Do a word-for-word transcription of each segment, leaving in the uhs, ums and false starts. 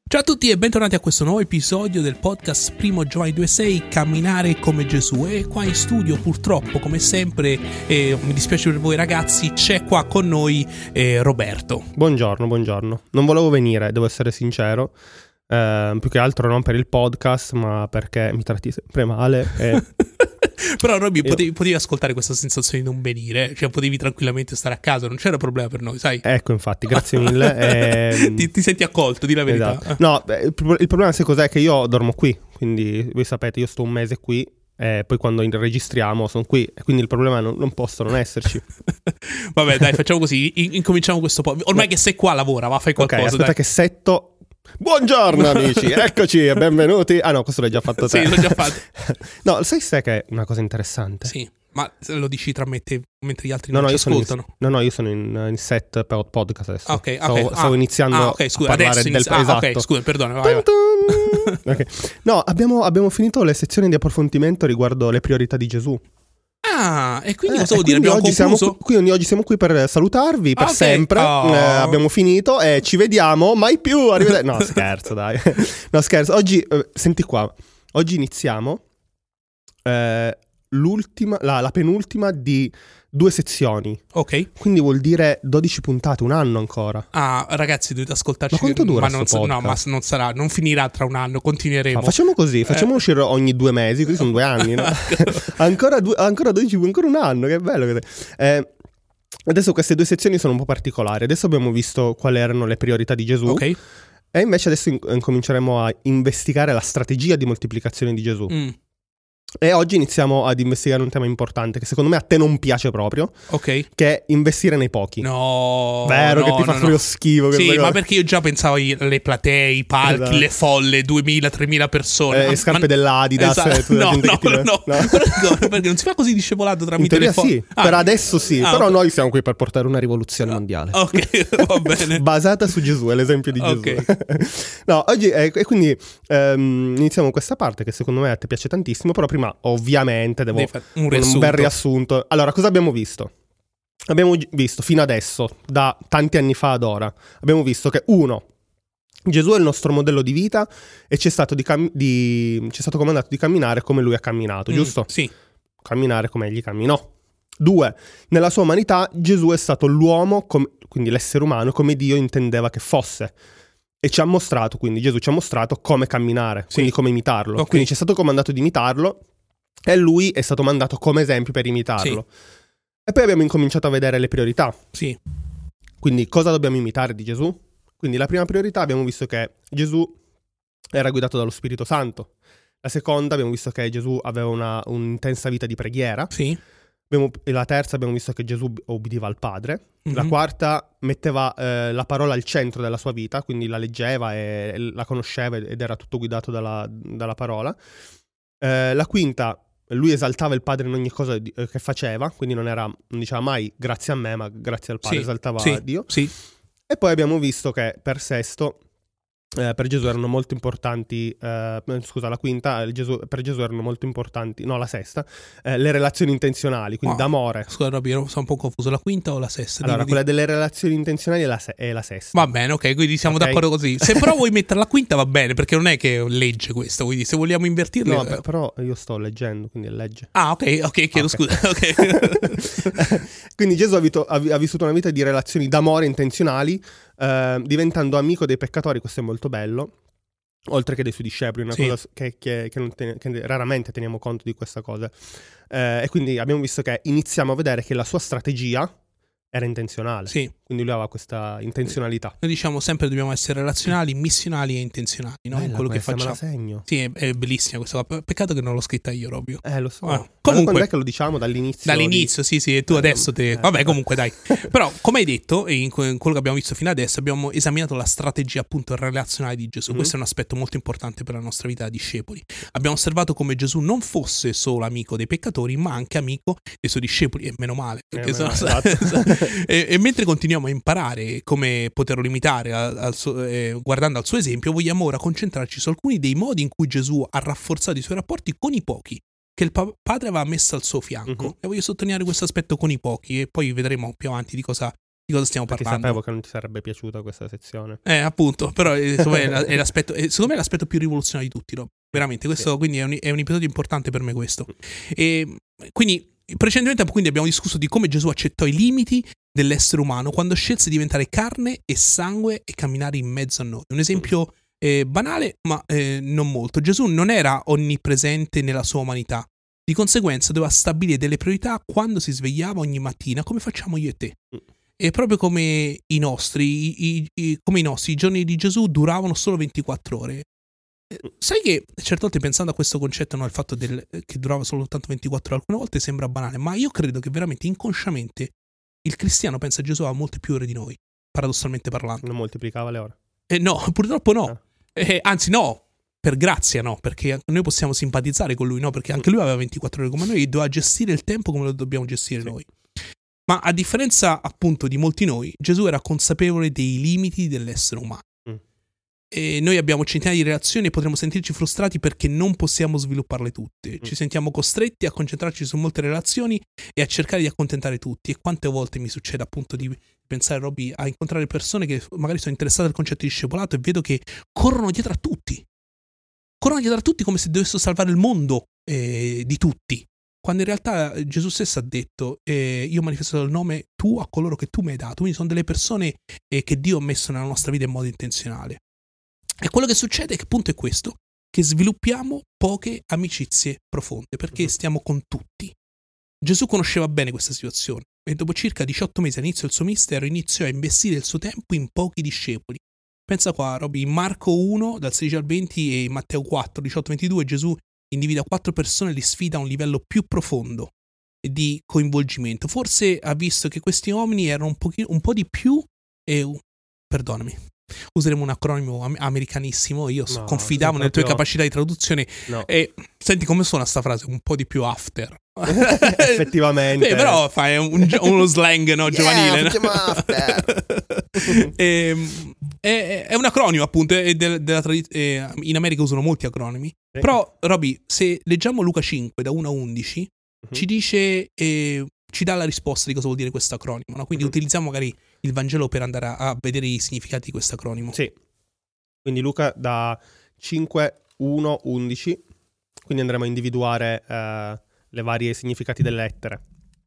Ciao a tutti e bentornati a questo nuovo episodio del podcast Primo Giovanni due sei, Camminare come Gesù. E qua in studio purtroppo, come sempre, eh, mi dispiace per voi ragazzi, c'è qua con noi eh, Roberto. Buongiorno, buongiorno. Non volevo venire, devo essere sincero, eh, più che altro non per il podcast, ma perché mi tratti sempre male e... Però Robby, Io... potevi, potevi ascoltare questa sensazione di non venire, cioè potevi tranquillamente stare a casa, non c'era problema per noi, sai? Ecco, infatti, grazie mille. e... ti, ti senti accolto, di la verità. Esatto. No, il problema sai cos'è? Che io dormo qui, quindi voi sapete, io sto un mese qui e poi quando registriamo sono qui, e quindi il problema non, non posso non esserci. Vabbè, dai, facciamo così, in- incominciamo questo po'. Ormai no. Che sei qua, lavora, va, fai qualcosa. Ok, aspetta dai. che setto... Buongiorno amici, eccoci e benvenuti. Ah no, questo l'hai già fatto te. Sì, l'ho già fatto. No, sai se che è una cosa interessante? Sì, ma lo dici tra me e te, mentre gli altri no, non no, ci io ascoltano? Sono in, no, no, io sono in, in set per podcast adesso. Ok, ok. Stavo, ah, stavo iniziando ah, okay, scusa, a parlare adesso del... inizi- ah, esatto. ok, scusa, perdona, vai, vai. Okay. No, abbiamo, abbiamo finito le sezioni di approfondimento riguardo le priorità di Gesù. Ah, e quindi Eh, cosa vuol e dire? quindi Abbiamo oggi siamo, concluso? qui, quindi oggi siamo qui per salutarvi per Ah, ok. sempre. Oh. Eh, abbiamo finito e ci vediamo mai più. Arrivederci. No, scherzo, dai. No, scherzo. Oggi, eh, senti qua. Oggi iniziamo eh, l'ultima, la, la penultima di due sezioni. Ok. Quindi vuol dire dodici puntate, un anno ancora. Ah, ragazzi, dovete ascoltarci. Ma quanto dura ma non, sto no, ma podcast? non sarà, non finirà tra un anno, continueremo. Ma facciamo così, facciamo Eh. uscire ogni due mesi, così sono due anni, no? ancora, due, ancora dodici, ancora un anno, che bello che eh, adesso queste due sezioni sono un po' particolari. Adesso abbiamo visto quali erano le priorità di Gesù. Ok. E invece adesso in- incominceremo a investigare la strategia di moltiplicazione di Gesù. Mm. E oggi iniziamo ad investigare un tema importante che secondo me a te non piace proprio, Ok. che è investire nei pochi. No. Vero no, che ti fa no, proprio no. schifo questa Sì, cosa. ma perché io già pensavo alle platee, i palchi, Esatto. le folle, duemila tremila persone. Eh, Ma- scarpe ma- dell'Adidas, Esatto. eh, tutta la No, gente no, che ti- no, no. no. Perché, perché non si fa così discepolato In tramite teoria le folle. sì, per adesso sì, Ah, però ok. noi siamo qui per portare una rivoluzione mondiale. Ok, va bene. Basata su Gesù, è l'esempio di Gesù. Ok. No, oggi eh, e quindi ehm, iniziamo questa parte che secondo me a te piace tantissimo, però prima ovviamente devo Devi fare un un riassunto. bel riassunto. Allora, cosa abbiamo visto? Abbiamo gi- visto fino adesso, da tanti anni fa ad ora, abbiamo visto che uno, Gesù è il nostro modello di vita e ci è stato, di cam- di, ci è stato comandato di camminare come lui ha camminato, Mm, giusto? Sì. Camminare come egli camminò. Due, nella sua umanità Gesù è stato l'uomo, com- quindi l'essere umano, come Dio intendeva che fosse. E ci ha mostrato, quindi Gesù ci ha mostrato come camminare, Sì. quindi come imitarlo. Ok. Quindi ci è stato comandato di imitarlo e lui è stato mandato come esempio per imitarlo. E poi abbiamo incominciato a vedere le priorità. Sì. Quindi cosa dobbiamo imitare di Gesù? Quindi la prima priorità abbiamo visto che Gesù era guidato dallo Spirito Santo. La seconda abbiamo visto che Gesù aveva una, un'intensa vita di preghiera. Sì. Abbiamo, e la terza abbiamo visto che Gesù obbediva al Padre. La Mhm. quarta metteva eh, la parola al centro della sua vita, quindi la leggeva e, e la conosceva ed era tutto guidato dalla, dalla parola. Eh, la quinta, lui esaltava il Padre in ogni cosa di- che faceva, quindi non, era, non diceva mai grazie a me, ma grazie al Padre, Sì. esaltava Sì. Dio. Sì. E poi abbiamo visto che per sesto, eh, per Gesù erano molto importanti, eh, scusa, la quinta, eh, Gesù- per Gesù erano molto importanti, no, la sesta, eh, le relazioni intenzionali, quindi Wow. d'amore. Scusa, Robby, ero- sono un po' confuso. La quinta o la sesta? Allora, Dimmi, quella delle relazioni intenzionali è la, se- è la sesta. Va bene, ok, quindi siamo Ok. d'accordo così. Se però vuoi mettere la quinta va bene, perché non è che legge questo, quindi se vogliamo invertirle... No, beh, però io sto leggendo, quindi è legge. Ah, ok, ok, chiedo Ok. scusa. Ok. Quindi Gesù ha, vito- ha vi- ha vissuto una vita di relazioni d'amore intenzionali, eh, diventando amico dei peccatori, questo è molto bello, oltre che dei suoi discepoli, una Sì. cosa s- che, che- che non te- che raramente teniamo conto di questa cosa. Eh, e quindi abbiamo visto che iniziamo a vedere che la sua strategia era intenzionale, Sì, quindi lui aveva questa intenzionalità. noi diciamo sempre dobbiamo essere relazionali, missionali e intenzionali, no? In Bella quello che questa, me la facciamo. segno. Sì, è, è bellissima questa cosa. Peccato che non l'ho scritta io, Robby. Eh, lo so. Ah, Ma comunque- quando è che lo diciamo? Dall'inizio? Dall'inizio, sì, sì, e tu Eh, adesso te... eh, Vabbè, eh. comunque dai. Però, come hai detto, e in, que- in quello che abbiamo visto fino adesso, abbiamo esaminato la strategia appunto relazionale di Gesù. Mhm. Questo è un aspetto molto importante per la nostra vita da discepoli. Abbiamo osservato come Gesù non fosse solo amico dei peccatori, ma anche amico dei suoi discepoli, e meno male. Perché Eh, sono- meno male, esatto. e, e mentre continuiamo a imparare come poterlo imitare al- al suo- eh, guardando al suo esempio, vogliamo ora concentrarci su alcuni dei modi in cui Gesù ha rafforzato i suoi rapporti con i pochi che il pa- padre aveva messo al suo fianco. Mhm. E voglio sottolineare questo aspetto con i pochi, e poi vedremo più avanti di cosa di cosa stiamo Perché parlando. sapevo che non ti sarebbe piaciuta questa sezione. Eh, appunto, però eh, secondo me è, la- è l'aspetto, eh, secondo me è l'aspetto più rivoluzionario di tutti, no? Veramente, questo Sì. quindi è un, è un episodio importante per me questo. E quindi precedentemente quindi abbiamo discusso di come Gesù accettò i limiti dell'essere umano quando scelse di diventare carne e sangue e camminare in mezzo a noi. Un esempio eh, banale, ma eh, non molto. Gesù non era onnipresente nella sua umanità. Di conseguenza doveva stabilire delle priorità quando si svegliava ogni mattina, come facciamo io e te. E proprio come i nostri, i, i, come i nostri, i giorni di Gesù duravano solo ventiquattro ore. Sai che certe volte pensando a questo concetto, no, il fatto del, che durava soltanto ventiquattro ore, alcune volte sembra banale, ma io credo che veramente inconsciamente il cristiano pensa a Gesù a molte più ore di noi, paradossalmente parlando. Non moltiplicava le ore. Eh, no, purtroppo no. Ah. Eh, anzi no, per grazia no, perché noi possiamo simpatizzare con lui, no, perché anche lui aveva ventiquattro ore come noi e doveva gestire il tempo come lo dobbiamo gestire Sì. noi. Ma a differenza appunto di molti noi, Gesù era consapevole dei limiti dell'essere umano. Mm. E noi abbiamo centinaia di relazioni e potremmo sentirci frustrati perché non possiamo svilupparle tutte. Ci Mm. sentiamo costretti a concentrarci su molte relazioni e a cercare di accontentare tutti. E quante volte mi succede appunto di pensare, Robby, a incontrare persone che magari sono interessate al concetto di discepolato e vedo che corrono dietro a tutti. Corrono dietro a tutti come se dovessero salvare il mondo eh, di tutti. Quando in realtà Gesù stesso ha detto eh, io ho manifestato il nome tuo a coloro che tu mi hai dato. Quindi sono delle persone eh, che Dio ha messo nella nostra vita in modo intenzionale. E quello che succede è che appunto è questo, che sviluppiamo poche amicizie profonde, perché Mhm. stiamo con tutti. Gesù conosceva bene questa situazione e dopo circa diciotto mesi all'inizio del suo ministero iniziò a investire il suo tempo in pochi discepoli. Pensa qua, Robby, in Marco uno, dal sedici al venti e in Matteo quattro, diciotto ventidue, Gesù individua quattro persone e li sfida a un livello più profondo di coinvolgimento. Forse ha visto che questi uomini erano un, pochino, un po' di più, e, perdonami, useremo un acronimo am- americanissimo, io No, confidavo sono nelle tue proprio- capacità di traduzione No. e senti come suona sta frase, un po' di più after. Effettivamente. Beh, però fai un, uno slang no, Yeah, giovanile. no? facciamo after. Ehm, è, è un acronimo appunto è del- della tradi- eh, in America usano molti acronimi. Sì. Però Robby, se leggiamo Luca cinque da uno a undici Mhm. ci dice eh, ci dà la risposta di cosa vuol dire questo acronimo, no? Quindi Mhm. utilizziamo magari il Vangelo per andare a, a vedere i significati di questo acronimo. Sì. Quindi Luca da cinque, uno, undici. Quindi andremo a individuare eh, le varie significati delle lettere.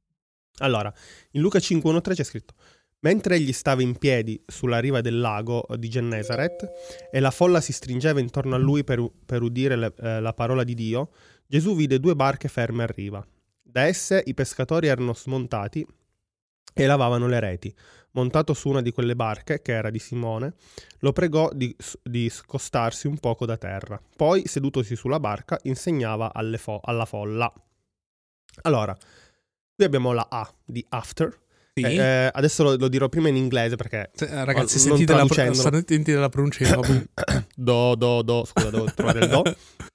Allora, in Luca cinque, uno, tre c'è scritto: mentre egli stava in piedi sulla riva del lago di Gennesaret e la folla si stringeva intorno a lui per, per udire le, eh, la parola di Dio, Gesù vide due barche ferme a riva. Da esse i pescatori erano smontati e lavavano le reti. Montato su una di quelle barche, che era di Simone, lo pregò di, di scostarsi un poco da terra. Poi, sedutosi sulla barca, insegnava alle fo- alla folla. Allora, qui abbiamo la A di after. Sì. Eh, eh, adesso lo, lo dirò prima in inglese perché... Eh, Ragazzi, non sentite la, pro- traducendolo. sentite la pronuncia di Robby. Do, do, do, scusa, devo trovare il do.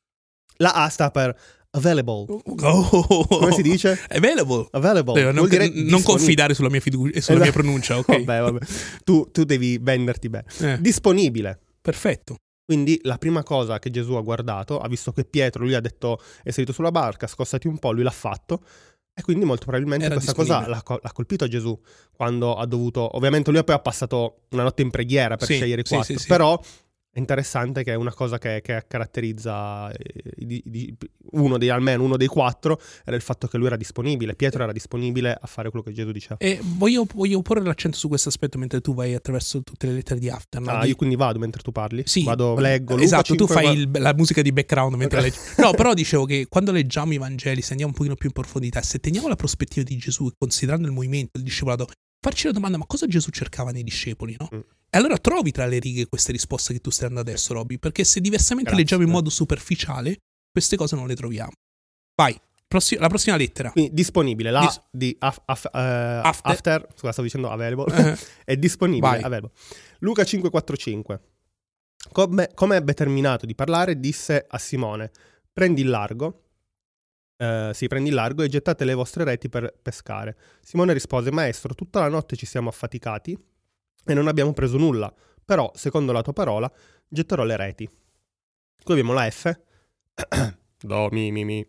La A sta per available. Oh. Come si dice? Available. Available. Eh, non, Vuol dire non disponibile. confidare sulla mia fiducia e sulla Esatto. mia pronuncia, ok? Vabbè, vabbè. Tu, tu devi venderti bene. Eh, Disponibile. perfetto. Quindi la prima cosa che Gesù ha guardato, ha visto che Pietro, lui ha detto, è salito sulla barca, scostati un po', lui l'ha fatto. E quindi molto probabilmente Era questa cosa disponibile. l'ha, co- l'ha colpito a Gesù quando ha dovuto... Ovviamente lui poi ha passato una notte in preghiera per Sì, scegliere i sì, quattro. sì, sì. Però è interessante che è una cosa che, che caratterizza eh, i- i- uno dei, almeno uno dei quattro, era il fatto che lui era disponibile. Pietro era disponibile a fare quello che Gesù diceva. E voglio, voglio porre l'accento su questo aspetto mentre tu vai attraverso tutte le lettere di After. no? Ah, Di- io quindi vado mentre tu parli? Sì, Vado, leggo. Luca esatto, tu cinque, fai va- il- la musica di background mentre Ok. leggi. No, però dicevo che quando leggiamo i Vangeli, se andiamo un pochino più in profondità, se teniamo la prospettiva di Gesù e considerando il movimento, il discepolato, farci la domanda: ma cosa Gesù cercava nei discepoli, no? Mm. E allora trovi tra le righe queste risposte che tu stai dando adesso, Robby, perché se diversamente Grazie. leggiamo in modo superficiale, queste cose non le troviamo. Vai, prossi- la prossima lettera. Quindi disponibile. La Dis- di af- af- eh, After. after. Scusa, stavo dicendo available. Eh, È disponibile. Vai. Available. Luca cinque, quattro, cinque. Come, come ebbe terminato di parlare, disse a Simone: prendi il largo. Eh, sì, prendi il largo e gettate le vostre reti per pescare. Simone rispose: maestro, tutta la notte ci siamo affaticati e non abbiamo preso nulla. Però, secondo la tua parola, getterò le reti. Qui abbiamo la F. Do, mi, mi, mi.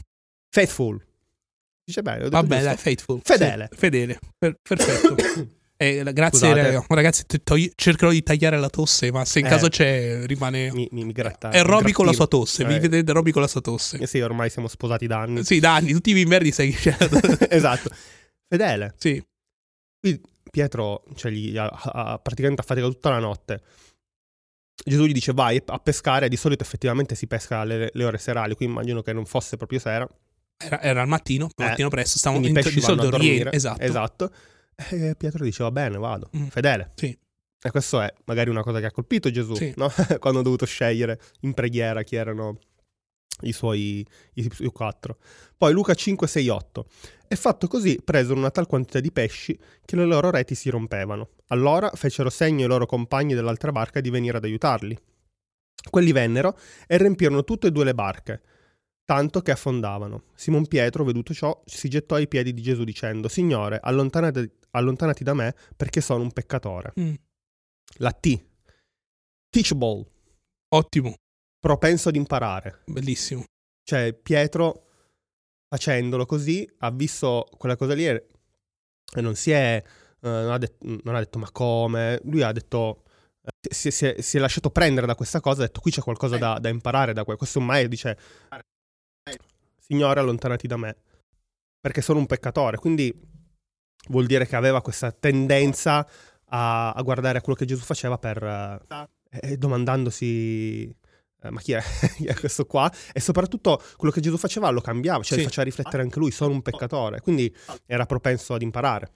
Faithful. Dice bene. l'ho detto Vabbè, giusto. dai, faithful. Fedele. Sì, fedele. Per- perfetto. Eh, grazie Scusate. ragazzi, togli- cercherò di tagliare la tosse, ma se in Eh, caso c'è rimane... Mi, mi, mi gratta, È Robby mi con la sua grattino. tosse, Eh. vi vedete Robby con la sua tosse. Eh sì, ormai siamo sposati da anni. Sì, da anni, tutti gli inverni sai che c'è. Esatto. Fedele. Sì, Qui Pietro cioè, gli ha, ha praticamente affaticato tutta la notte. Gesù gli dice vai a pescare, di solito effettivamente si pesca alle le ore serali, qui immagino che non fosse proprio sera. era, era al mattino, al Eh, mattino presto, stavamo Quindi i in, pesci di vanno a solito dormire. rientro, esatto. Esatto. E Pietro dice va bene, vado. Mm. Fedele. Sì, E questo è magari una cosa che ha colpito Gesù, Sì. no? Quando ha dovuto scegliere in preghiera chi erano i suoi, i suoi quattro. Poi Luca cinque, sei, otto. E fatto così presero una tal quantità di pesci che le loro reti si rompevano. Allora fecero segno ai loro compagni dell'altra barca di venire ad aiutarli. Quelli vennero e riempirono tutte e due le barche, tanto che affondavano. Simon Pietro, veduto ciò, si gettò ai piedi di Gesù dicendo: Signore, allontanati, allontanati da me perché sono un peccatore. Mm. La T. Teachable. ottimo, Propenso ad imparare. bellissimo. Cioè Pietro, facendolo così, ha visto quella cosa lì e e non si è eh, non, ha det- non ha detto ma come, lui ha detto eh, si, si è, si è lasciato prendere da questa cosa, ha detto qui c'è qualcosa da, da imparare da que-". Questo è un maestro, dice Signore allontanati da me perché sono un peccatore, quindi vuol dire che aveva questa tendenza a, a guardare a quello che Gesù faceva per eh, e domandandosi eh, ma chi è? Chi è questo qua? E soprattutto quello che Gesù faceva lo cambiava, cioè Sì. faceva riflettere anche lui, sono un peccatore, quindi era propenso ad imparare.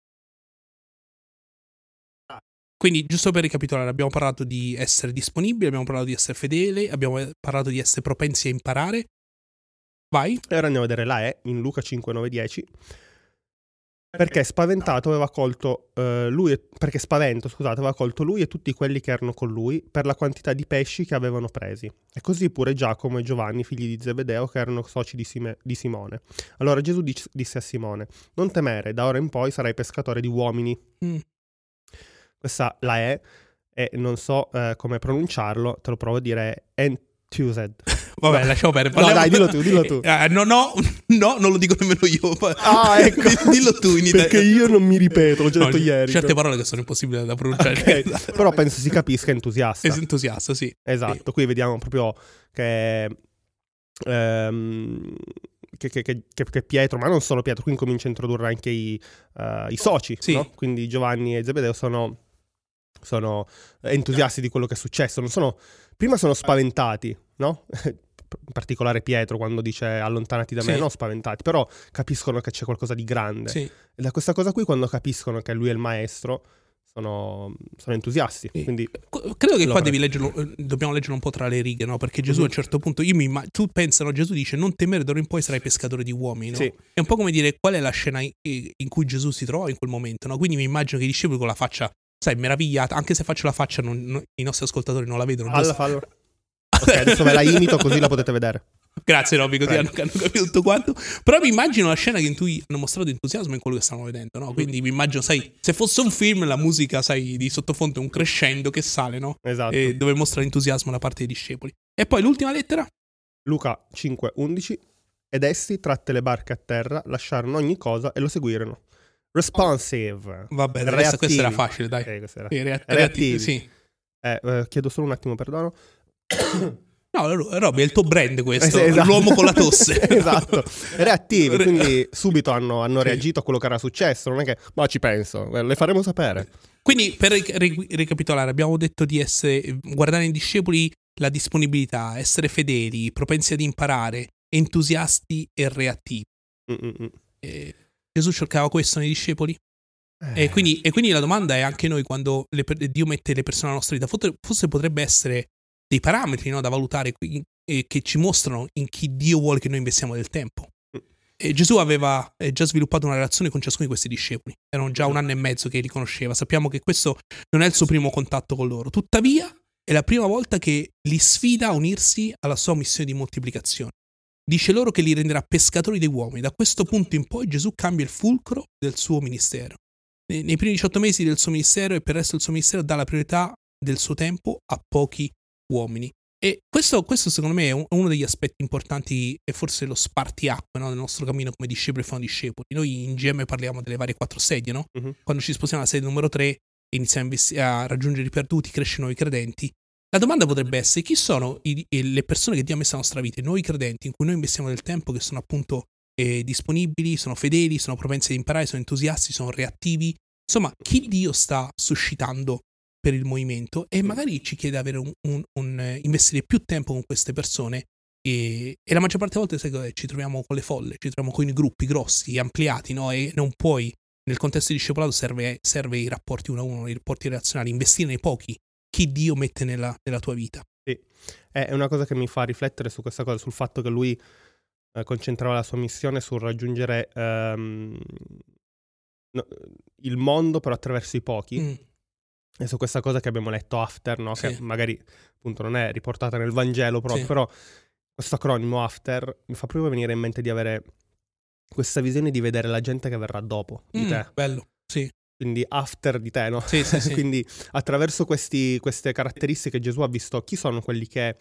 Quindi, giusto per ricapitolare, abbiamo parlato di essere disponibili, abbiamo parlato di essere fedeli, abbiamo parlato di essere propensi a imparare. Vai. E ora andiamo a vedere la E in Luca cinque, nove, dieci. Perché spaventato aveva colto eh, lui, e- perché spavento, scusate, aveva colto lui e tutti quelli che erano con lui per la quantità di pesci che avevano presi. E così pure Giacomo e Giovanni, figli di Zebedeo, che erano soci di, Sime- di Simone. Allora Gesù dic- disse a Simone: non temere, da ora in poi sarai pescatore di uomini. Mm. Questa la E, e non so eh, come pronunciarlo, te lo provo a dire enthused. Vabbè, No. lasciamo perdere. No, Parliamo- dai, dillo tu, dillo tu. Eh, no, no, no, non lo dico nemmeno io. Ah, ecco. Dillo tu in italiano. Perché io non mi ripeto, l'ho già No, detto ieri. Certe parole che sono impossibili da pronunciare. Ok, però penso si capisca entusiasta. Es entusiasta, sì. Esatto, Sì. qui vediamo proprio che, ehm, che, che, che, che Pietro, ma non solo Pietro, qui comincia a introdurre anche i, uh, i soci, Sì. no? Quindi Giovanni e Zebedeo sono, sono entusiasti di quello che è successo. Non sono, prima sono spaventati, no? In particolare Pietro quando dice allontanati da me, Sì. non spaventati, però capiscono che c'è qualcosa di grande. Sì. E da questa cosa qui, quando capiscono che lui è il maestro, sono, sono entusiasti. Sì. Quindi Co- Credo che Lo qua pre- devi leggerlo, eh, dobbiamo leggerlo un po' tra le righe, no? Perché Gesù a Mhm. un certo punto, io mi immag- tu pensano, Gesù dice non temere, d'ora in poi sarai pescatore di uomini, no? Sì. È un po' come dire qual è la scena in, in cui Gesù si trova in quel momento, no? Quindi mi immagino che i discepoli con la faccia, sai, meravigliata, anche se faccio la faccia, non- non- i nostri ascoltatori non la vedono. Falla, giusto? fallo. Ok, adesso ve la imito così la potete vedere. Grazie Robby, così Prego. hanno, hanno capito tutto quanto. Però mi immagino la scena in cui hanno mostrato entusiasmo in quello che stanno vedendo, no? Quindi mi immagino, sai, se fosse un film, la musica, sai, di sottofondo è un crescendo che sale, no? Esatto. E dove mostra entusiasmo da parte dei discepoli. E poi l'ultima lettera? Luca cinque, undici. Ed essi, tratte le barche a terra, lasciarono ogni cosa e lo seguirono. Responsive. Vabbè, Reattivi. questa, questa era facile, dai. Ok, questa era- Sì, rea- Reattivi. reattivi, sì. Eh, eh, chiedo solo un attimo perdono. No, Robby, è il tuo brand questo, Eh, sì, esatto. l'uomo con la tosse. Esatto, reattivi, Re- quindi subito hanno, hanno Sì. reagito a quello che era successo, non è che, ma ci penso, eh, le faremo sapere. Quindi, per ric- ric- ricapitolare, abbiamo detto di essere, guardare nei discepoli la disponibilità, essere fedeli, propensi ad imparare, entusiasti e reattivi. Mm-mm. Eh, Gesù cercava questo nei discepoli? Eh, E quindi, e quindi la domanda è anche noi, quando le per- Dio mette le persone nella nostra vita, forse, forse potrebbe essere dei parametri, no, da valutare qui- eh, che ci mostrano in chi Dio vuole che noi investiamo del tempo. E Gesù aveva eh, già sviluppato una relazione con ciascuno di questi discepoli. Erano già un anno e mezzo che li conosceva. Sappiamo che questo non è il suo primo contatto con loro. Tuttavia, è la prima volta che li sfida a unirsi alla sua missione di moltiplicazione. Dice loro che li renderà pescatori dei uomini. Da questo punto in poi Gesù cambia il fulcro del suo ministero. Nei, nei primi diciotto mesi del suo ministero e per il resto del suo ministero dà la priorità del suo tempo a pochi uomini. E questo, questo secondo me è un, uno degli aspetti importanti e forse lo spartiacque, no, del nostro cammino come discepoli e fanno discepoli. Noi in G M parliamo delle varie quattro sedie, no? Mhm. Quando ci sposiamo alla sedia numero tre iniziamo a, investi- a raggiungere i perduti, crescere nuovi credenti. La domanda potrebbe essere: chi sono i- i- le persone che Dio ha messo nella nostra vita, i nuovi credenti in cui noi investiamo del tempo, che sono appunto eh, disponibili, sono fedeli, sono propensi ad imparare, sono entusiasti, sono reattivi. Insomma, chi Dio sta suscitando per il movimento, e magari ci chiede di avere un, un, un eh, investire più tempo con queste persone, e, e la maggior parte delle volte sai cosa è? Ci troviamo con le folle, ci troviamo con i gruppi grossi, ampliati, no? E non puoi, nel contesto di discepolato serve, serve i rapporti uno a uno, i rapporti relazionali, investire nei pochi, chi Dio mette nella, nella tua vita. Sì, è una cosa che mi fa riflettere su questa cosa, sul fatto che lui eh, concentrava la sua missione sul raggiungere ehm, no, il mondo però attraverso i pochi. Mm. E su questa cosa che abbiamo letto after, no? Sì. Che magari appunto non è riportata nel Vangelo proprio, Sì. però questo acronimo after mi fa proprio venire in mente di avere questa visione di vedere la gente che verrà dopo di Mm, te. bello, sì. Quindi after di te, no? Sì, sì, sì. Quindi attraverso questi, queste caratteristiche Gesù ha visto chi sono quelli che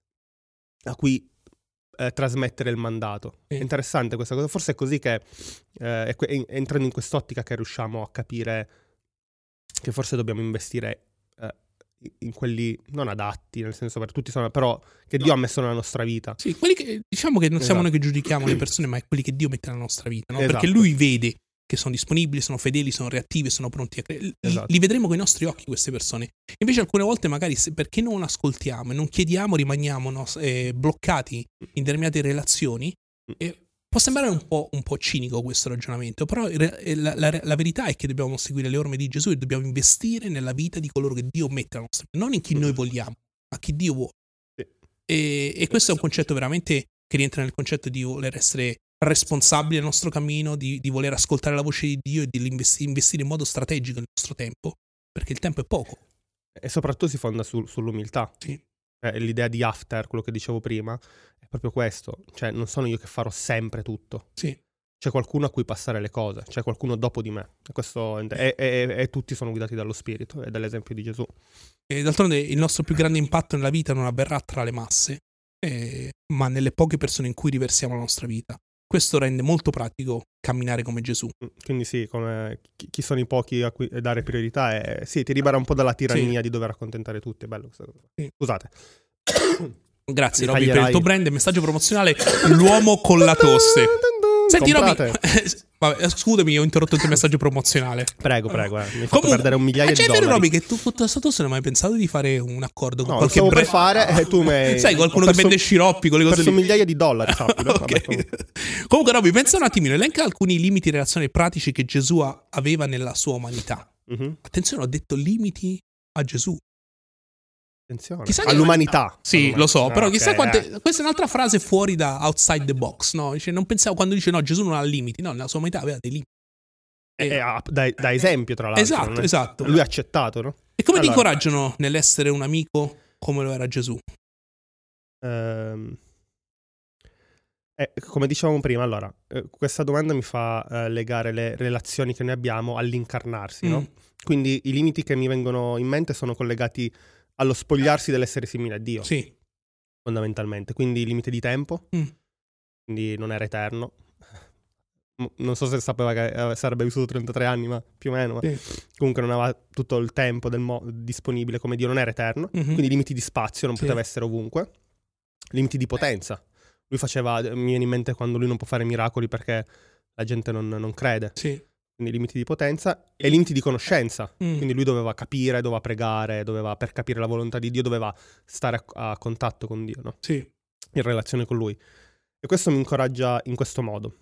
a cui eh, trasmettere il mandato. Sì. È interessante questa cosa, forse è così che eh, è que- è entrando in quest'ottica che riusciamo a capire che forse dobbiamo investire eh, in quelli non adatti, nel senso per tutti sono, però che Dio No. ha messo nella nostra vita. Sì, quelli che diciamo che non siamo Esatto. noi che giudichiamo le persone, ma è quelli che Dio mette nella nostra vita, no? Esatto. Perché Lui vede che sono disponibili, sono fedeli, sono reattivi, sono pronti a credere. Li, Esatto. li vedremo con i nostri occhi queste persone. Invece alcune volte magari se, perché non ascoltiamo e non chiediamo, rimaniamo no, eh, bloccati in determinate relazioni. E può sembrare un po', un po' cinico questo ragionamento, però in re- la, la- la verità è che dobbiamo seguire le orme di Gesù e dobbiamo investire nella vita di coloro che Dio mette nella nostra vita, non in chi noi vogliamo, ma chi Dio vuole. Sì. E, e questo è un concetto veramente che rientra nel concetto di voler essere responsabili del nostro cammino, di, di voler ascoltare la voce di Dio e di investi- investire in modo strategico il nostro tempo, perché il tempo è poco. E soprattutto si fonda sul- sull'umiltà. Sì. Eh, l'idea di after, quello che dicevo prima, è proprio questo. Cioè, non sono io che farò sempre tutto. Sì. C'è qualcuno a cui passare le cose, c'è qualcuno dopo di me. E, questo, e, e- e tutti sono guidati dallo Spirito e dall'esempio di Gesù. E d'altronde il nostro più grande impatto nella vita non avverrà tra le masse, eh, ma nelle poche persone in cui riversiamo la nostra vita. Questo rende molto pratico camminare come Gesù. Quindi sì, come chi, chi sono i pochi a cui dare priorità, è, sì, ti libera un po' dalla tirannia Sì. di dover accontentare tutti. È bello questa cosa. Sì. Scusate. Grazie Mi Robby per il taglierai. tuo brand, messaggio promozionale, l'uomo con la tosse. Senti Comprate. Robby, vabbè, scusami, ho interrotto il tuo messaggio promozionale. Prego, prego, eh. mi hai fatto Comunque, perdere un migliaio eh, cioè, di è vero, dollari. Robby, che tu con questa tosse non hai mai pensato di fare un accordo con No, lo qualche stavo per brand? fare e tu mi hai... Sai, qualcuno ho che perso- vende sciroppi, quelle ho cose perso lì. migliaia di dollari, sappilo. Ok. Vabbè, comunque. Comunque, Robby, pensa un attimino, elenca alcuni limiti relazionali pratici che Gesù ha- aveva nella sua umanità. Mhm. Attenzione, ho detto limiti a Gesù. Attenzione. Chissà che- All'umanità. Sì, All'umanità. lo so, Ah, però ok, chissà quante... eh. Questa è un'altra frase fuori da outside the box, no? Dice, non pensavo quando dice no, Gesù non ha limiti. No, nella sua umanità aveva dei limiti. E- e ha- da, da esempio, tra l'altro. Esatto, non è- esatto. Lui ha accettato, no? E come ti Allora. incoraggiano nell'essere un amico come lo era Gesù? Ehm, eh, come dicevamo prima, allora, eh, questa domanda mi fa eh, legare le relazioni che noi abbiamo all'incarnarsi, no? Mm. Quindi i limiti che mi vengono in mente sono collegati allo spogliarsi dell'essere simile a Dio, Sì. fondamentalmente. Quindi il limite di tempo, Mm. quindi non era eterno. M- Non so se sapeva che eh, sarebbe vissuto trentatré anni, ma più o meno. ma Sì. Comunque non aveva tutto il tempo del mo- disponibile come Dio, non era eterno. Mhm. Quindi limiti di spazio, non Sì. poteva essere ovunque. Limiti di potenza. Lui faceva, mi viene in mente quando lui non può fare miracoli perché la gente non, non crede. Sì. Quindi limiti di potenza e limiti di conoscenza. Mm. Quindi lui doveva capire, doveva pregare, doveva, per capire la volontà di Dio, doveva stare a, a contatto con Dio, no? Sì. In relazione con lui. E questo mi incoraggia in questo modo.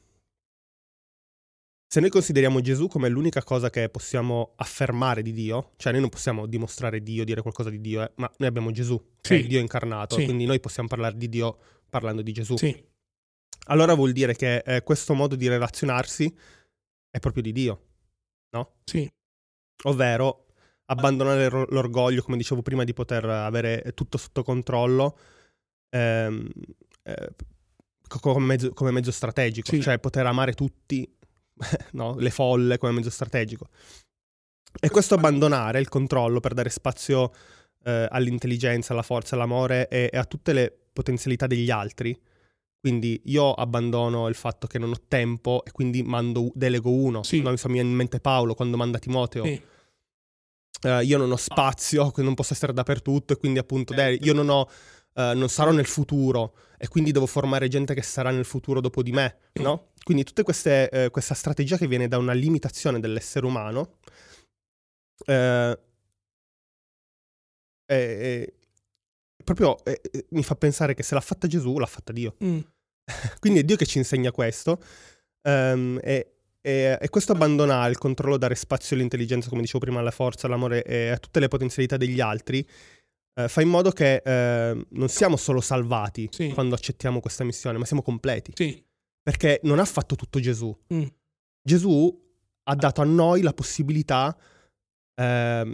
Se noi consideriamo Gesù come l'unica cosa che possiamo affermare di Dio, cioè noi non possiamo dimostrare Dio, dire qualcosa di Dio, eh, ma noi abbiamo Gesù, che Sì. è il Dio incarnato, Sì. quindi noi possiamo parlare di Dio parlando di Gesù. Sì. Allora vuol dire che eh, questo modo di relazionarsi è proprio di Dio, no? Sì. Ovvero abbandonare l'or- l'orgoglio, come dicevo prima, di poter avere tutto sotto controllo ehm, eh, co- come, mezzo, come mezzo strategico, Sì. cioè poter amare tutti, no? Le folle come mezzo strategico. E questo abbandonare il controllo per dare spazio eh, all'intelligenza, alla forza, all'amore e, e a tutte le potenzialità degli altri. Quindi io abbandono il fatto che non ho tempo e quindi mando, delego uno. Sì. No, mi fa in mente Paolo quando manda Timoteo. Sì. Uh, io non ho spazio, quindi non posso essere dappertutto e quindi appunto de- io non ho, uh, non sarò nel futuro e quindi devo formare gente che sarà nel futuro dopo di me, no? Quindi tutte queste, uh, questa strategia che viene da una limitazione dell'essere umano uh, è, è, proprio è, mi fa pensare che se l'ha fatta Gesù, l'ha fatta Dio. Mm. Quindi è Dio che ci insegna questo. Um, e, e, e questo abbandonare il controllo, dare spazio all'intelligenza, come dicevo prima, alla forza, all'amore e a tutte le potenzialità degli altri, eh, fa in modo che eh, non siamo solo salvati sì. quando accettiamo questa missione, ma siamo completi. Sì. Perché non ha fatto tutto Gesù. Mm. Gesù ha dato a noi la possibilità eh,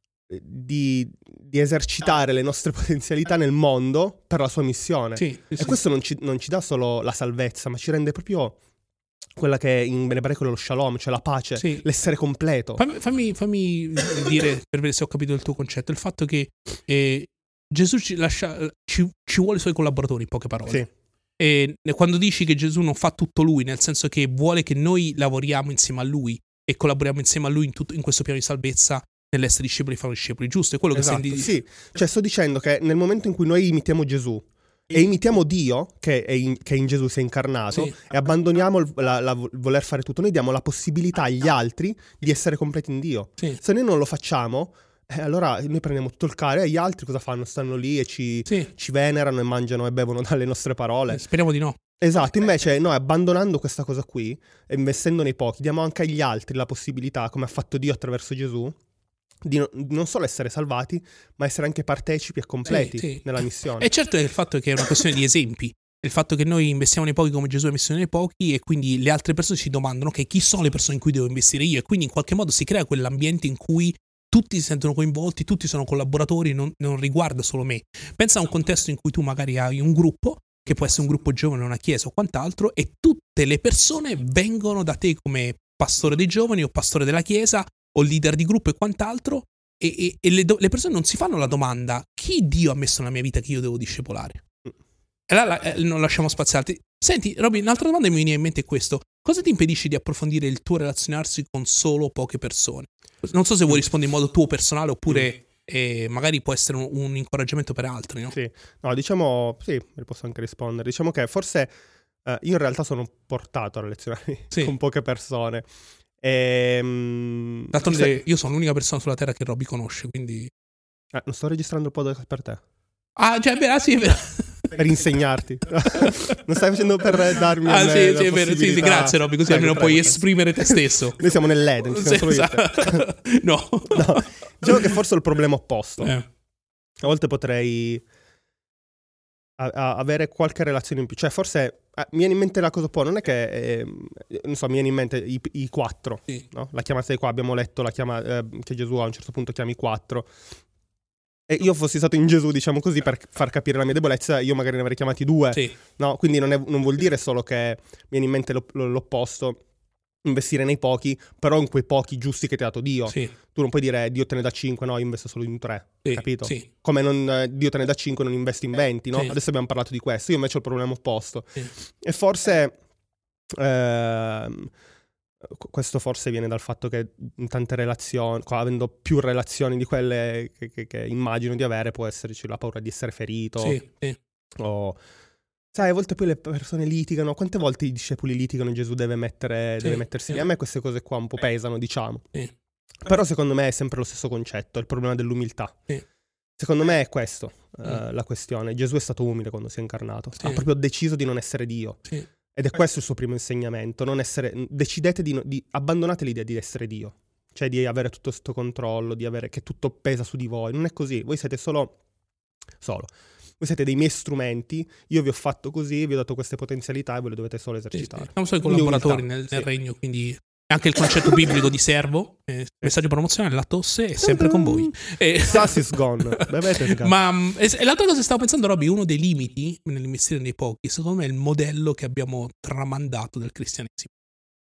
di, di esercitare le nostre potenzialità nel mondo per la sua missione. Sì, sì, e sì. questo non ci, non ci dà solo la salvezza, ma ci rende proprio quella che in ebraico è lo shalom, cioè la pace, sì. l'essere completo. Fammi, fammi, fammi dire, per vedere se ho capito il tuo concetto, il fatto che eh, Gesù ci, lascia, ci, ci vuole i suoi collaboratori, in poche parole. Sì. E quando dici che Gesù non fa tutto lui, nel senso che vuole che noi lavoriamo insieme a lui e collaboriamo insieme a lui in, tutto, in questo piano di salvezza, nell'essere discepoli e fare discepoli, giusto? È quello esatto, che senti. Sì, cioè sto dicendo che nel momento in cui noi imitiamo Gesù e imitiamo Dio, che, è in, che in Gesù si è incarnato, sì. e abbandoniamo il la, la voler fare tutto, noi diamo la possibilità agli altri di essere completi in Dio. Sì. Se noi non lo facciamo, eh, allora noi prendiamo tutto il carico e gli altri cosa fanno? Stanno lì e ci, sì. ci venerano e mangiano e bevono dalle nostre parole. Speriamo di no. Esatto, invece noi abbandonando questa cosa qui e investendo nei pochi, diamo anche agli altri la possibilità, come ha fatto Dio attraverso Gesù, di, no, di non solo essere salvati, ma essere anche partecipi e completi sì, sì. nella missione. E certo è il fatto che è una questione di esempi, il fatto che noi investiamo nei pochi come Gesù ha investito nei pochi e quindi le altre persone si domandano che chi sono le persone in cui devo investire io, e quindi in qualche modo si crea quell'ambiente in cui tutti si sentono coinvolti, tutti sono collaboratori, non, non riguarda solo me. Pensa a un contesto in cui tu magari hai un gruppo, che può essere un gruppo giovane, una chiesa o quant'altro, e tutte le persone vengono da te come pastore dei giovani o pastore della chiesa o leader di gruppo e quant'altro, e, e, e le, do, le persone non si fanno la domanda: chi Dio ha messo nella mia vita che io devo discepolare? E là la, eh, non lasciamo spaziarti. Senti, Robby, un'altra domanda mi viene in mente è questo: cosa ti impedisce di approfondire il tuo relazionarsi con solo poche persone? Non so se vuoi rispondere in modo tuo personale oppure e magari può essere un, un incoraggiamento per altri, no? Sì, no, diciamo, sì, posso anche rispondere. Diciamo che forse eh, io in realtà sono portato a relazionarmi sì. con poche persone. E, um, D'altronde se... io sono l'unica persona sulla terra che Robby conosce, quindi... Eh, non sto registrando il podcast per te. Ah, cioè, è vero, ah, sì, è vero. Per insegnarti. Non stai facendo per darmi ah, sì, sì, sì, è vero. Sì, sì, grazie Robby, così almeno puoi esprimere te stesso. Noi siamo nell'Eden, ci siamo solo io. No. No. Diciamo che forse ho il problema opposto. Eh. A volte potrei a- a- avere qualche relazione in più. Cioè, forse eh, mi viene in mente la cosa un po'. Non è che eh, non so, mi viene in mente i, i quattro. Sì. No? La chiamata dei qua. Abbiamo letto la chiama, eh, che Gesù a un certo punto chiama i quattro. E io fossi stato in Gesù, diciamo così, per far capire la mia debolezza, io magari ne avrei chiamati due. Sì. No? Quindi non, è, non vuol dire solo che viene in mente lo, lo, l'opposto. Investire nei pochi, però in quei pochi giusti che ti ha dato Dio. Sì. Tu non puoi dire Dio te ne dà cinque, no, io investo solo in tre, sì. capito? Sì. Come non, eh, Dio te ne dà cinque, non investi in venti, no? Sì. Adesso abbiamo parlato di questo, io invece ho il problema opposto. Sì. E forse eh, questo forse viene dal fatto che in tante relazioni, avendo più relazioni di quelle che, che, che immagino di avere, può esserci la paura di essere ferito. Sì. Sì. O... Sai, a volte poi le persone litigano. Quante volte i discepoli litigano e Gesù deve, mettere, sì, deve mettersi lì? Sì. A me queste cose qua un po' pesano, diciamo. Sì. Però secondo me è sempre lo stesso concetto, è il problema dell'umiltà. Sì. Secondo me è questo uh, mm. la questione. Gesù è stato umile quando si è incarnato. Sì. Ha proprio deciso di non essere Dio. Sì. Ed è questo il suo primo insegnamento. Non essere, decidete di, di... Abbandonate l'idea di essere Dio. Cioè di avere tutto questo controllo, di avere che tutto pesa su di voi. Non è così. Voi siete solo... Solo. Voi siete dei miei strumenti, io vi ho fatto così, vi ho dato queste potenzialità e voi le dovete solo esercitare. Sì, sì. Siamo solo i collaboratori nel, nel sì. regno, quindi anche il concetto biblico di servo, eh, messaggio promozionale, la tosse è sempre con voi. E... Sass is gone, bevete sgone. Ma e l'altra cosa che stavo pensando, Robby, uno dei limiti nell'investire nei pochi, secondo me è il modello che abbiamo tramandato del cristianesimo.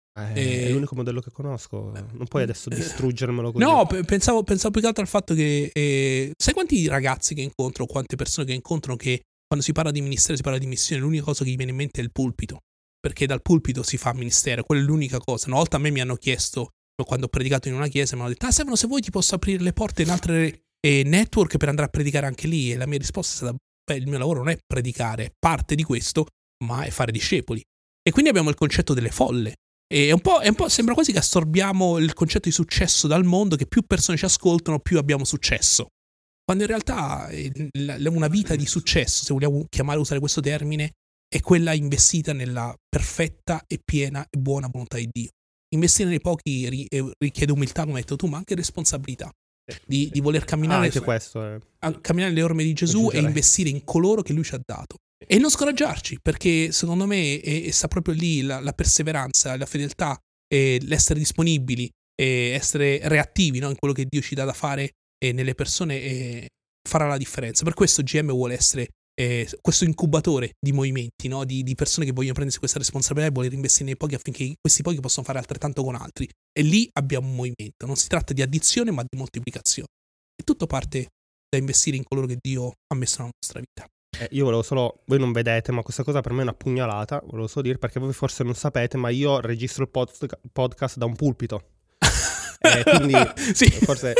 Eh, e... È l'unico modello che conosco. Non puoi adesso distruggermelo così. No, pensavo, pensavo più che altro al fatto che eh, sai quanti ragazzi che incontro, quante persone che incontro che quando si parla di ministero, si parla di missione, l'unica cosa che gli viene in mente è il pulpito, perché dal pulpito si fa ministero, quella è l'unica cosa. Una volta a me mi hanno chiesto, quando ho predicato in una chiesa, mi hanno detto: ah, Stefano, se vuoi ti posso aprire le porte in altre eh, network per andare a predicare anche lì. E la mia risposta è stata: beh, il mio lavoro non è predicare, è parte di questo, ma è fare discepoli. E quindi abbiamo il concetto delle folle. E è un po', è un po', sembra quasi che assorbiamo il concetto di successo dal mondo, che più persone ci ascoltano, più abbiamo successo. Quando in realtà una vita di successo, se vogliamo chiamare, usare questo termine, è quella investita nella perfetta e piena e buona volontà di Dio. Investire nei pochi richiede umiltà, come hai detto tu, ma anche responsabilità. Di, di voler camminare, ah, anche questo è... camminare le orme di Gesù e investire in coloro che Lui ci ha dato. E non scoraggiarci, perché secondo me è, è sta proprio lì la, la perseveranza, la fedeltà, e l'essere disponibili, e essere reattivi, no, in quello che Dio ci dà da fare e nelle persone, e farà la differenza. Per questo G M vuole essere eh, questo incubatore di movimenti, no, di, di persone che vogliono prendersi questa responsabilità e voler investire nei pochi affinché questi pochi possano fare altrettanto con altri. E lì abbiamo un movimento. Non si tratta di addizione, ma di moltiplicazione. E tutto parte da investire in coloro che Dio ha messo nella nostra vita. Eh, io volevo solo, voi non vedete, ma questa cosa per me è una pugnalata, volevo solo dire, perché voi forse non sapete, ma io registro il pod- podcast da un pulpito. Eh, quindi sì. forse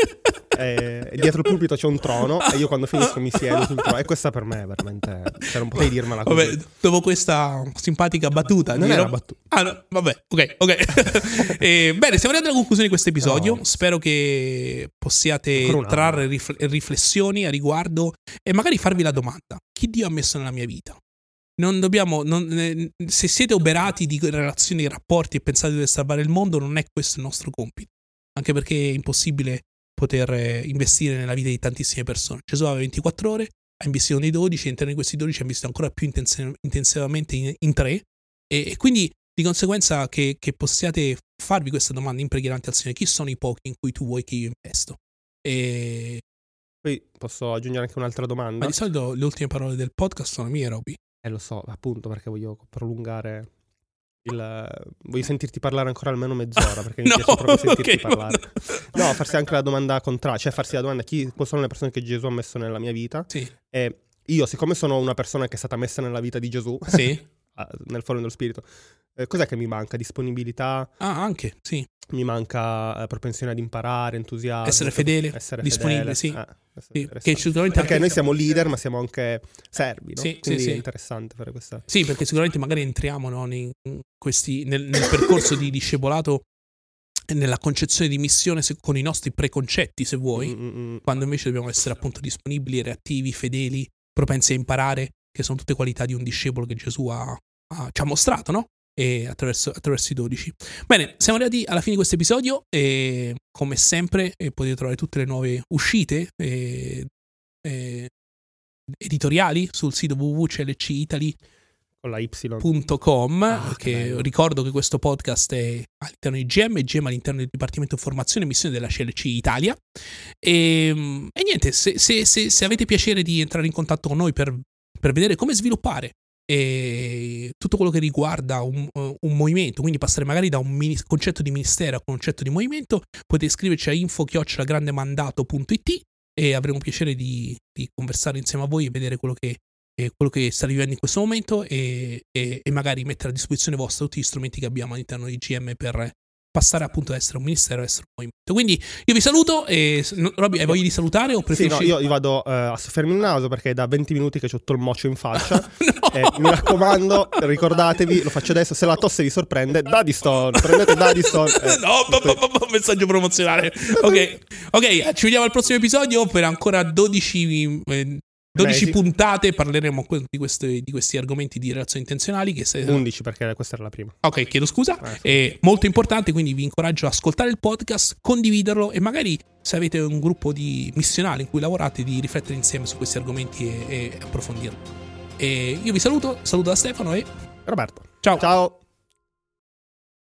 eh, dietro il pulpito c'è un trono e io quando finisco mi siedo sul trono, e questa per me è veramente, cioè non potevi dirmela così. Vabbè, dopo questa simpatica battuta non dirò... era battuta. Ah, no, vabbè, ok, ok. eh, bene, stiamo arrivando alla conclusione di questo episodio. No. Spero che possiate trarre rif- riflessioni a riguardo e magari farvi la domanda: chi Dio ha messo nella mia vita? Non dobbiamo, non, eh, se siete oberati di relazioni e rapporti e pensate di salvare il mondo, non è questo il nostro compito. Anche perché è impossibile poter investire nella vita di tantissime persone. Gesù aveva ventiquattro ore, ha investito nei dodici, e all'interno di questi dodici ha investito ancora più intensi- intensivamente in, in tre, e, e quindi di conseguenza che, che possiate farvi questa domanda in preghiera davanti al Signore: chi sono i pochi in cui tu vuoi che io investo? E... Poi posso aggiungere anche un'altra domanda? Ma di solito le ultime parole del podcast sono mie, Roby. Eh lo so, appunto, perché voglio prolungare... Il, voglio sentirti parlare ancora almeno mezz'ora, perché mi no, piace proprio sentirti okay, parlare. No, no, farsi anche la domanda contraria, cioè farsi la domanda: chi sono le persone che Gesù ha messo nella mia vita? Sì. E io, siccome sono una persona che è stata messa nella vita di Gesù, sì. nel foro dello spirito, eh, cos'è che mi manca? Disponibilità? Ah, anche, sì. Mi manca eh, propensione ad imparare, entusiasmo. Essere fedele, essere disponibile, fedele. sì. Eh, sì. Che sicuramente perché anche... noi siamo leader, ma siamo anche servi, no? Sì, quindi sì, è sì. interessante fare questa. Sì, perché sicuramente magari entriamo, no, in questi, nel, nel percorso di discepolato, nella concezione di missione se, con i nostri preconcetti, se vuoi, Mm-mm. quando invece dobbiamo essere appunto disponibili, reattivi, fedeli, propensi a imparare, che sono tutte qualità di un discepolo che Gesù ha, ha, ci ha mostrato, no? E attraverso, attraverso i dodici. Bene, siamo arrivati alla fine di questo episodio e come sempre eh, potete trovare tutte le nuove uscite eh, eh, editoriali sul sito w w w punto c l c italy punto com. Ah, che che ricordo che questo podcast è all'interno di G M e G M all'interno del Dipartimento Informazione e Missione della C L C Italia. E, e niente, se, se, se, se avete piacere di entrare in contatto con noi per, per vedere come sviluppare e tutto quello che riguarda un, un movimento, quindi passare magari da un mini, concetto di ministero a un concetto di movimento, potete scriverci a info chiocciola grandemandato punto it e avremo piacere di, di conversare insieme a voi e vedere quello che, eh, quello che sta vivendo in questo momento e, e, e magari mettere a disposizione vostra tutti gli strumenti che abbiamo all'interno di G M per passare appunto ad essere un ministero e essere un movimento. Quindi io vi saluto e Robby, hai voglia di salutare o preferisci? Sì, no, io, io vado uh, a soffermi il naso perché è da venti minuti che c'ho tutto il mocio in faccia. No! eh, mi raccomando, ricordatevi, lo faccio adesso, se la tosse vi sorprende, Daddy-Stone, prendete Daddy-Stone. Eh, no, b- b- b- messaggio promozionale. Ok, ok, ci vediamo al prossimo episodio per ancora dodici... Eh, dodici Beh, sì. puntate parleremo di questi, di questi argomenti di relazioni intenzionali che se... undici perché questa era la prima. Ok, chiedo scusa. Eh, sì. È molto importante, quindi vi incoraggio ad ascoltare il podcast, condividerlo e magari se avete un gruppo di missionali in cui lavorate di riflettere insieme su questi argomenti e, e approfondirlo. E io vi saluto, saluto da Stefano e Roberto. Ciao. Ciao.